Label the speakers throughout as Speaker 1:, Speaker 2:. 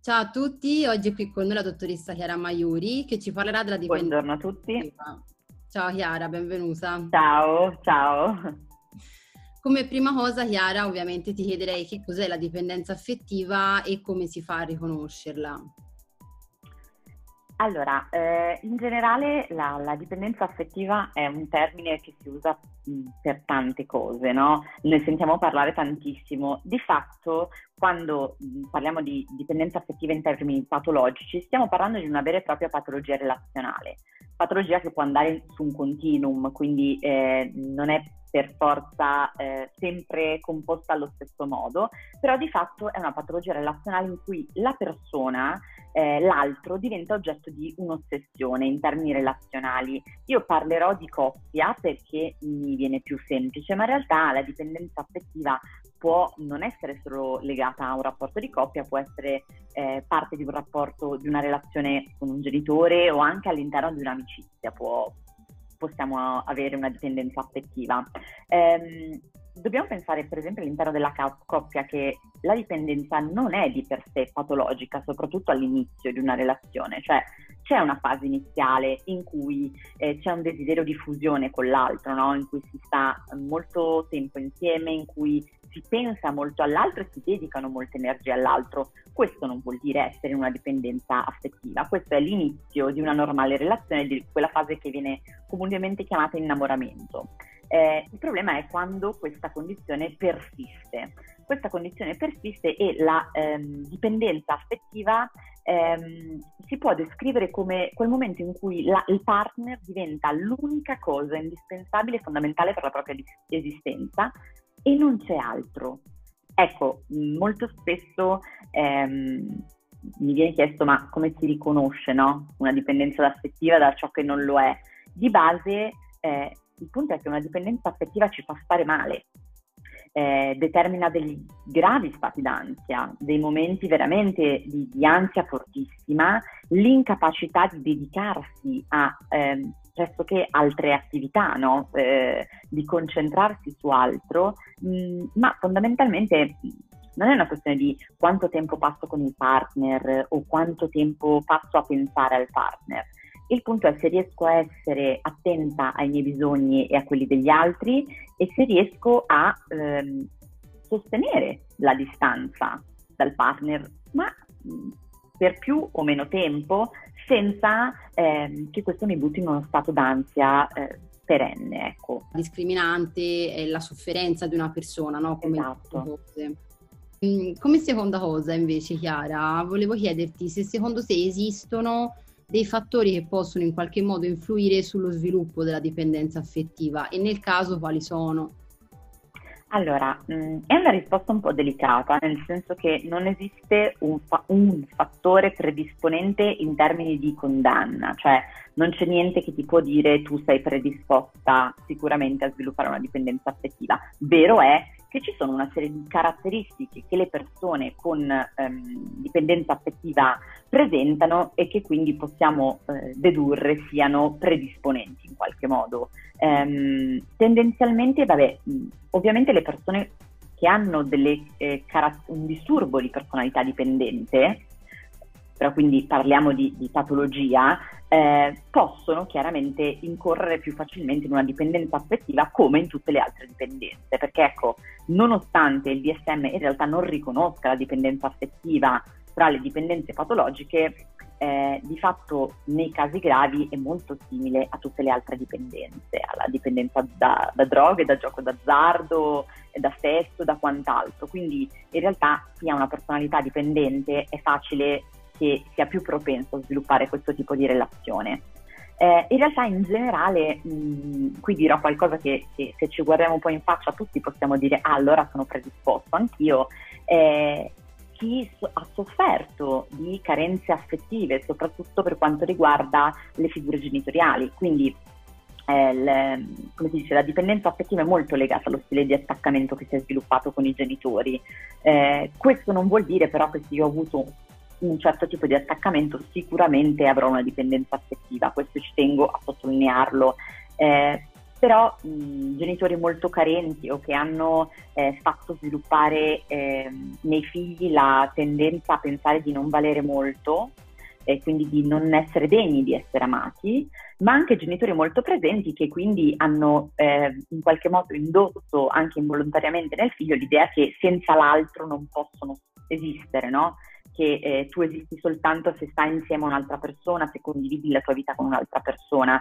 Speaker 1: Ciao a tutti, oggi è qui con noi la dottoressa Chiara Maiuri che ci parlerà della dipendenza
Speaker 2: Buongiorno a tutti.
Speaker 1: affettiva. Ciao Chiara, benvenuta.
Speaker 2: Ciao, ciao.
Speaker 1: Come prima cosa, Chiara, ovviamente ti chiederei che cos'è la dipendenza affettiva e come si fa a riconoscerla.
Speaker 2: Allora, in generale la dipendenza affettiva è un termine che si usa per tante cose, no? Ne sentiamo parlare tantissimo. Di fatto, quando parliamo di dipendenza affettiva in termini patologici, stiamo parlando di una vera e propria patologia relazionale. Patologia che può andare su un continuum, quindi non è per forza sempre composta allo stesso modo, però di fatto è una patologia relazionale in cui la persona, l'altro, diventa oggetto di un'ossessione in termini relazionali. Io parlerò di coppia perché mi viene più semplice, ma in realtà la dipendenza affettiva può non essere solo legata a un rapporto di coppia, può essere parte di un rapporto, di una relazione con un genitore o anche all'interno di un'amicizia, possiamo avere una dipendenza affettiva. Dobbiamo pensare per esempio all'interno della coppia che la dipendenza non è di per sé patologica, soprattutto all'inizio di una relazione, cioè c'è una fase iniziale in cui c'è un desiderio di fusione con l'altro, no? In cui si sta molto tempo insieme, in cui si pensa molto all'altro e si dedicano molte energie all'altro. Questo non vuol dire essere in una dipendenza affettiva, questo è l'inizio di una normale relazione, di quella fase che viene comunemente chiamata innamoramento. Il problema è quando questa condizione persiste. Questa condizione persiste e la dipendenza affettiva si può descrivere come quel momento in cui il partner diventa l'unica cosa indispensabile e fondamentale per la propria esistenza e non c'è altro. Ecco, molto spesso mi viene chiesto ma come si riconosce, no? Una dipendenza affettiva da ciò che non lo è? Di base il punto è che una dipendenza affettiva ci fa stare male, determina degli gravi stati d'ansia, dei momenti veramente di ansia fortissima, l'incapacità di dedicarsi a pressoché altre attività, no? Di concentrarsi su altro, ma fondamentalmente non è una questione di quanto tempo passo con il partner o quanto tempo passo a pensare al partner. Il punto è se riesco a essere attenta ai miei bisogni e a quelli degli altri e se riesco a sostenere la distanza dal partner, ma per più o meno tempo, senza che questo mi butti in uno stato d'ansia perenne, ecco.
Speaker 1: Discriminante è la sofferenza di una persona, no? Come
Speaker 2: Esatto.
Speaker 1: Come seconda cosa, invece, Chiara, volevo chiederti se secondo te esistono dei fattori che possono in qualche modo influire sullo sviluppo della dipendenza affettiva e nel caso quali sono?
Speaker 2: Allora, è una risposta un po' delicata, nel senso che non esiste un fattore predisponente in termini di condanna, cioè non c'è niente che ti può dire tu sei predisposta sicuramente a sviluppare una dipendenza affettiva. Vero è che ci sono una serie di caratteristiche che le persone con dipendenza affettiva presentano e che quindi possiamo dedurre siano predisponenti in qualche modo. Tendenzialmente, ovviamente le persone che hanno un disturbo di personalità dipendente, però quindi parliamo di patologia, possono chiaramente incorrere più facilmente in una dipendenza affettiva come in tutte le altre dipendenze, perché ecco, nonostante il DSM in realtà non riconosca la dipendenza affettiva tra le dipendenze patologiche, di fatto nei casi gravi è molto simile a tutte le altre dipendenze, alla dipendenza da droghe, da gioco d'azzardo, da sesso, da quant'altro. Quindi in realtà chi ha una personalità dipendente è facile che sia più propenso a sviluppare questo tipo di relazione. In realtà in generale, qui dirò qualcosa che se ci guardiamo un po' in faccia tutti possiamo dire allora sono predisposto anch'io. Chi ha sofferto di carenze affettive, soprattutto per quanto riguarda le figure genitoriali, quindi come si dice, la dipendenza affettiva è molto legata allo stile di attaccamento che si è sviluppato con i genitori. Questo non vuol dire però che se io ho avuto un certo tipo di attaccamento sicuramente avrò una dipendenza affettiva, questo ci tengo a sottolinearlo. però genitori molto carenti o che hanno fatto sviluppare nei figli la tendenza a pensare di non valere molto e quindi di non essere degni di essere amati, ma anche genitori molto presenti che quindi hanno in qualche modo indotto anche involontariamente nel figlio l'idea che senza l'altro non possono esistere, no? Che tu esisti soltanto se stai insieme a un'altra persona, se condividi la tua vita con un'altra persona.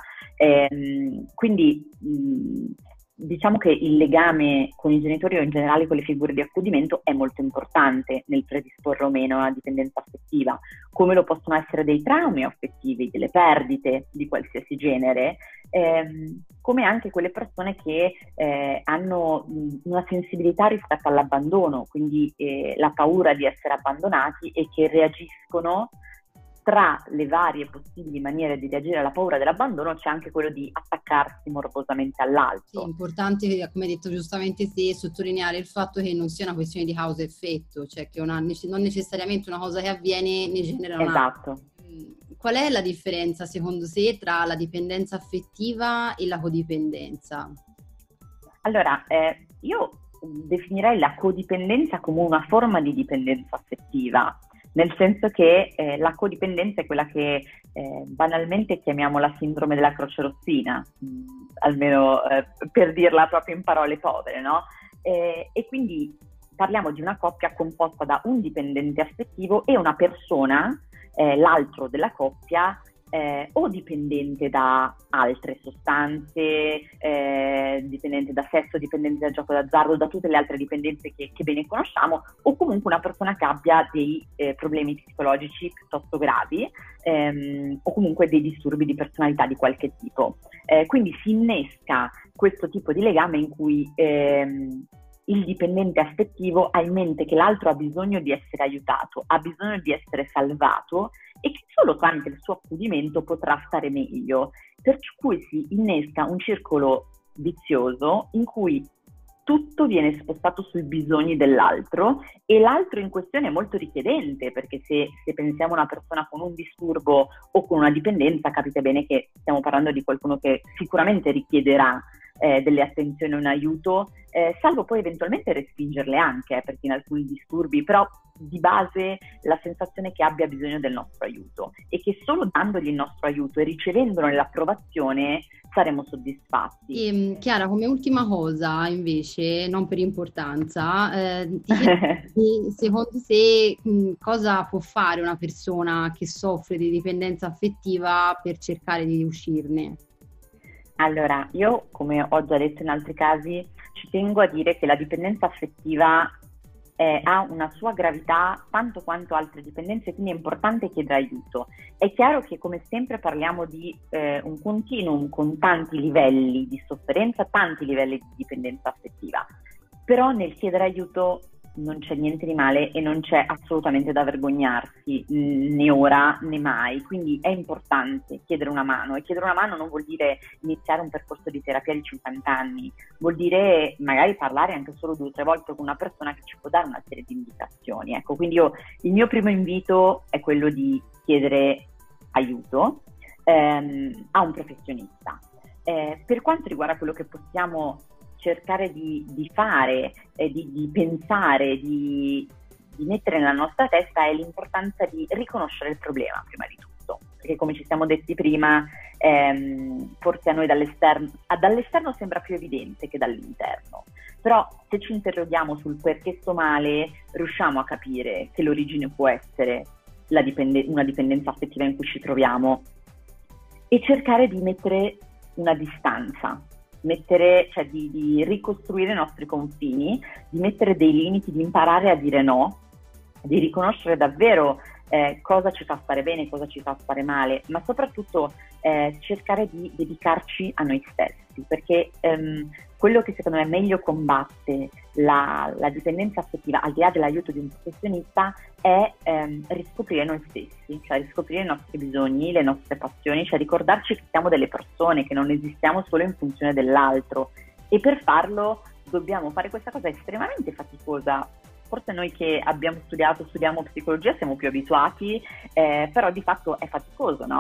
Speaker 2: Quindi diciamo che il legame con i genitori o in generale con le figure di accudimento è molto importante nel predisporre o meno a una dipendenza affettiva, come lo possono essere dei traumi affettivi, delle perdite di qualsiasi genere, come anche quelle persone che hanno una sensibilità rispetto all'abbandono, quindi la paura di essere abbandonati e che reagiscono. Tra le varie possibili maniere di reagire alla paura dell'abbandono c'è anche quello di attaccarsi morbosamente all'altro.
Speaker 1: Sì, è importante, come hai detto giustamente te, sottolineare il fatto che non sia una questione di causa-effetto, cioè che non necessariamente una cosa che avviene ne genera un'altra.
Speaker 2: Esatto.
Speaker 1: Qual è la differenza secondo te tra la dipendenza affettiva e la codipendenza?
Speaker 2: Allora, io definirei la codipendenza come una forma di dipendenza affettiva, nel senso che la codipendenza è quella che banalmente chiamiamo la sindrome della croce rossina, almeno per dirla proprio in parole povere, no? E quindi parliamo di una coppia composta da un dipendente affettivo e una persona, l'altro della coppia, o dipendente da altre sostanze, dipendente da sesso, dipendente da gioco d'azzardo, da tutte le altre dipendenze che bene conosciamo, o comunque una persona che abbia dei problemi psicologici piuttosto gravi, o comunque dei disturbi di personalità di qualche tipo. Quindi si innesca questo tipo di legame in cui il dipendente affettivo ha in mente che l'altro ha bisogno di essere aiutato, ha bisogno di essere salvato e che solo tramite il suo accudimento potrà stare meglio, per cui si innesca un circolo vizioso in cui tutto viene spostato sui bisogni dell'altro e l'altro in questione è molto richiedente, perché se pensiamo a una persona con un disturbo o con una dipendenza, capite bene che stiamo parlando di qualcuno che sicuramente richiederà delle attenzioni e un aiuto, salvo poi eventualmente respingerle anche, perché in alcuni disturbi, però di base la sensazione che abbia bisogno del nostro aiuto e che solo dandogli il nostro aiuto e ricevendone l'approvazione saremo soddisfatti.
Speaker 1: E, Chiara, come ultima cosa invece, non per importanza, ti chiedo, secondo te cosa può fare una persona che soffre di dipendenza affettiva per cercare di uscirne?
Speaker 2: Allora, io, come ho già detto in altri casi, ci tengo a dire che la dipendenza affettiva ha una sua gravità tanto quanto altre dipendenze, quindi è importante chiedere aiuto. È chiaro che, come sempre, parliamo di un continuum con tanti livelli di sofferenza, tanti livelli di dipendenza affettiva, però nel chiedere aiuto non c'è niente di male e non c'è assolutamente da vergognarsi, né ora né mai, quindi è importante chiedere una mano, e chiedere una mano non vuol dire iniziare un percorso di terapia di 50 anni, vuol dire magari parlare anche solo 2 o 3 volte con una persona che ci può dare una serie di indicazioni. Ecco, quindi il mio primo invito è quello di chiedere aiuto a un professionista. Per quanto riguarda quello che possiamo cercare di fare, di pensare, di mettere nella nostra testa, è l'importanza di riconoscere il problema prima di tutto, perché come ci siamo detti prima, forse a noi dall'esterno sembra più evidente che dall'interno, però se ci interroghiamo sul perché sto male riusciamo a capire che l'origine può essere una dipendenza affettiva in cui ci troviamo, e cercare di mettere una distanza, cioè di ricostruire i nostri confini, di mettere dei limiti, di imparare a dire no, di riconoscere davvero cosa ci fa stare bene, cosa ci fa stare male, ma soprattutto cercare di dedicarci a noi stessi, perché quello che secondo me meglio combatte la dipendenza affettiva, al di là dell'aiuto di un professionista, è riscoprire noi stessi, cioè riscoprire i nostri bisogni, le nostre passioni, cioè ricordarci che siamo delle persone, che non esistiamo solo in funzione dell'altro, e per farlo dobbiamo fare questa cosa estremamente faticosa. Forse noi che studiamo psicologia siamo più abituati, però di fatto è faticoso, no?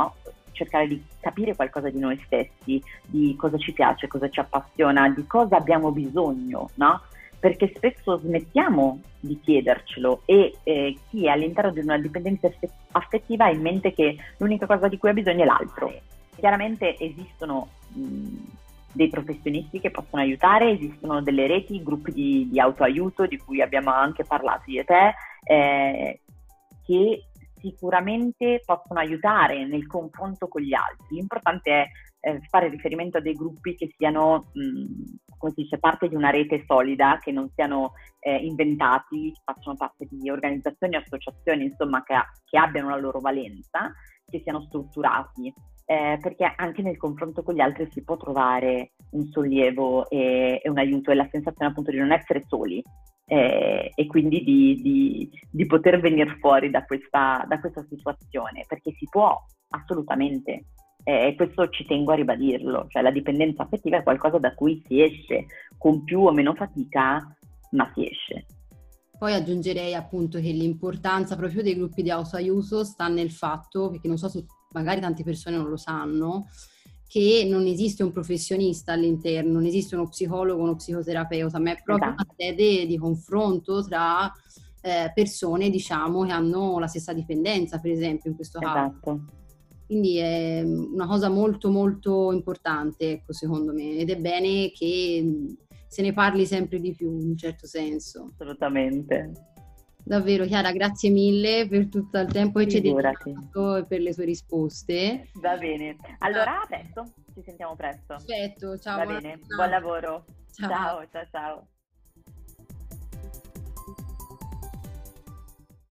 Speaker 2: cercare di capire qualcosa di noi stessi, di cosa ci piace, cosa ci appassiona, di cosa abbiamo bisogno, no? Perché spesso smettiamo di chiedercelo e chi è all'interno di una dipendenza affettiva ha in mente che l'unica cosa di cui ha bisogno è l'altro. Chiaramente esistono dei professionisti che possono aiutare, esistono delle reti, gruppi di autoaiuto di cui abbiamo anche parlato io e te, che sicuramente possono aiutare nel confronto con gli altri. L'importante è fare riferimento a dei gruppi che siano, come si dice, parte di una rete solida, che non siano inventati, che facciano parte di organizzazioni, associazioni, insomma, che abbiano la loro valenza, che siano strutturati, perché anche nel confronto con gli altri si può trovare un sollievo e un aiuto e la sensazione appunto di non essere soli. E quindi di poter venire fuori da questa situazione, perché si può assolutamente, e questo ci tengo a ribadirlo, cioè la dipendenza affettiva è qualcosa da cui si esce con più o meno fatica, ma si esce.
Speaker 1: Poi aggiungerei appunto che l'importanza proprio dei gruppi di autoaiuto sta nel fatto, perché non so se magari tante persone non lo sanno, che non esiste un professionista all'interno, non esiste uno psicologo, uno psicoterapeuta, ma è proprio una sede di confronto tra persone, diciamo, che hanno la stessa dipendenza, per esempio, in questo caso.
Speaker 2: Esatto.
Speaker 1: Quindi è una cosa molto molto importante, ecco, secondo me, ed è bene che se ne parli sempre di più, in un certo senso.
Speaker 2: Assolutamente.
Speaker 1: Davvero Chiara, grazie mille per tutto il tempo che ci hai dedicato e per le tue risposte.
Speaker 2: Va bene, allora adesso ci sentiamo presto.
Speaker 1: Perfetto, ciao.
Speaker 2: Va bene, buon lavoro.
Speaker 1: Ciao,
Speaker 2: ciao.